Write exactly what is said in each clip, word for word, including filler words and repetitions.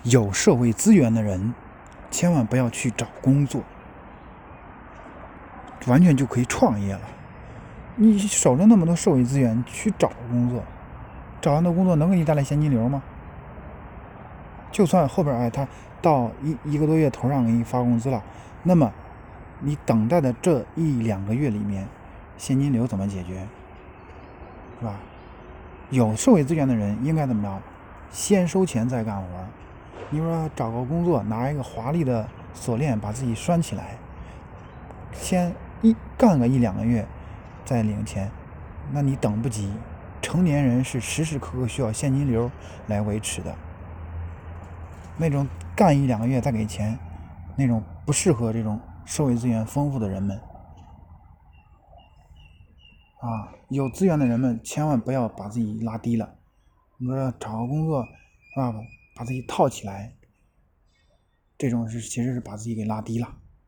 有社会资源的人千万不要去找工作，完全就可以创业了。你手上那么多社会资源去找工作，找完的工作能给你带来现金流吗？就算后边哎他到一一个多月头上给你发工资了，那么你等待的这一两个月里面，现金流怎么解决？是吧？有社会资源的人应该怎么着？先收钱再干活。你说找个工作，拿一个华丽的锁链把自己拴起来，先一干个一两个月再领钱，那你等不及。成年人是时时刻刻需要现金流来维持的，那种干一两个月再给钱，那种不适合这种社会资源丰富的人们啊。有资源的人们千万不要把自己拉低了。你说找个工作啊，把自己套起来，这种是其实是把自己给拉低了。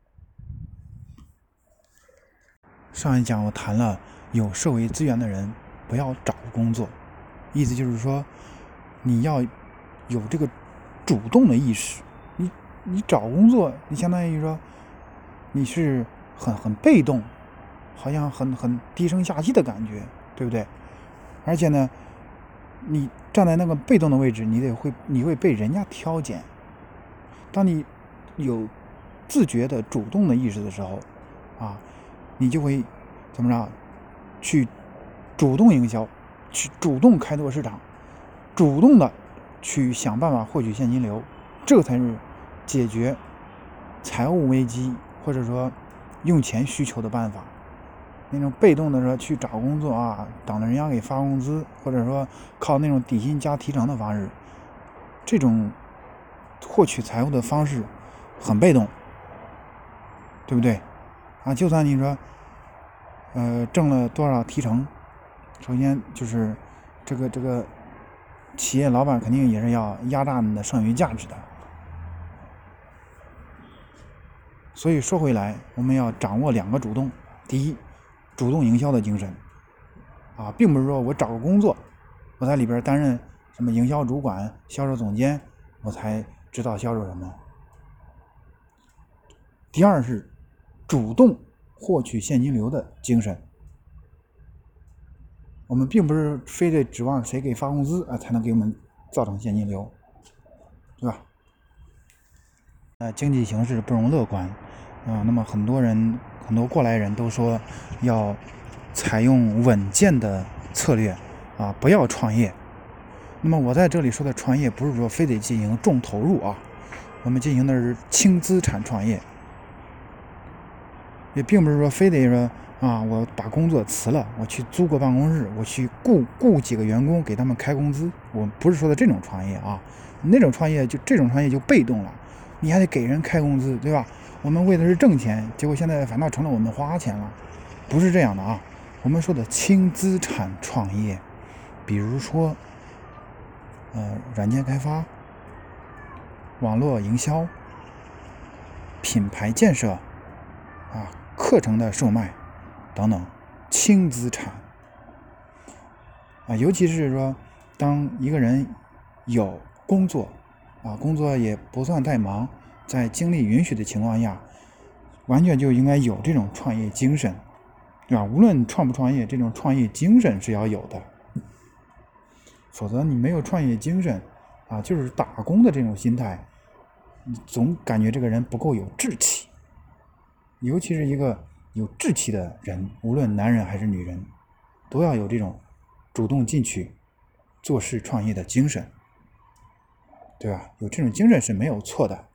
上一讲我谈了有社会资源的人不要找工作，意思就是说你要有这个主动的意识。你你找工作，你相当于说你是很很被动，好像很很低声下气的感觉，对不对？而且呢，你站在那个被动的位置，你得会你会被人家挑拣。当你有自觉的主动的意识的时候啊，你就会怎么着？去主动营销，去主动开拓市场，主动的去想办法获取现金流，这才是解决财务危机或者说用钱需求的办法。那种被动的说去找工作啊，等着人家给发工资，或者说靠那种底薪加提成的方式，这种获取财务的方式很被动，对不对啊？就算你说呃挣了多少提成，首先就是这个这个企业老板肯定也是要压榨你的剩余价值的。所以说回来，我们要掌握两个主动。第一，主动营销的精神啊，并不是说我找个工作，我在里边担任什么营销主管、销售总监，我才知道销售什么。第二是主动获取现金流的精神。我们并不是非得指望谁给发工资啊才能给我们造成现金流，对吧？呃，经济形势不容乐观啊，那么很多人很多过来人都说要采用稳健的策略啊，不要创业。那么我在这里说的创业，不是说非得进行重投入啊，我们进行的是轻资产创业，也并不是说非得说啊，我把工作辞了，我去租个办公室，我去雇雇几个员工给他们开工资，我不是说的这种创业啊，那种创业就这种创业就被动了，你还得给人开工资，对吧？我们为的是挣钱，结果现在反倒成了我们花钱了，不是这样的啊。我们说的轻资产创业，比如说呃软件开发、网络营销、品牌建设啊、课程的售卖等等，轻资产啊，尤其是说当一个人有工作啊，工作也不算太忙，在精力允许的情况下，完全就应该有这种创业精神，对吧？无论创不创业，这种创业精神是要有的，否则你没有创业精神啊，就是打工的这种心态，你总感觉这个人不够有志气。尤其是一个有志气的人，无论男人还是女人，都要有这种主动进取、做事创业的精神，对吧？有这种精神是没有错的。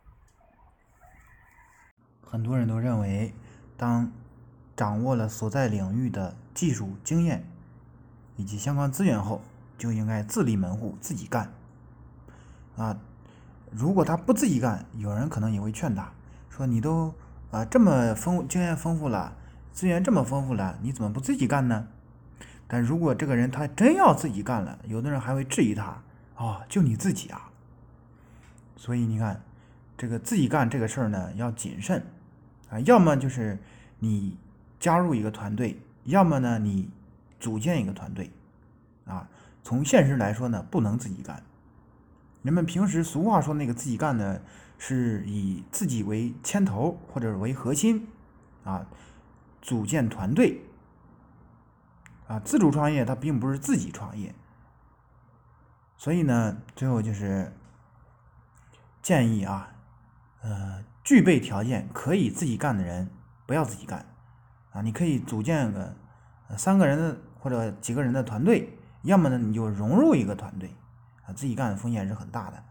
很多人都认为，当掌握了所在领域的技术经验以及相关资源后，就应该自立门户，自己干啊。如果他不自己干，有人可能也会劝他说：“你都啊这么丰经验丰富了，资源这么丰富了，你怎么不自己干呢？”但如果这个人他真要自己干了，有的人还会质疑他：“哦，就你自己啊！”所以你看，这个自己干这个事儿呢，要谨慎啊，要么就是你加入一个团队，要么呢你组建一个团队啊。从现实来说呢，不能自己干。 人们平时俗话说那个自己干呢，是以自己为牵头或者为核心啊，组建团队啊。自主创业它并不是自己创业，所以呢，最后就是建议啊，呃，具备条件可以自己干的人不要自己干啊，你可以组建个三个人的或者几个人的团队，要么呢你就融入一个团队啊，自己干的风险是很大的。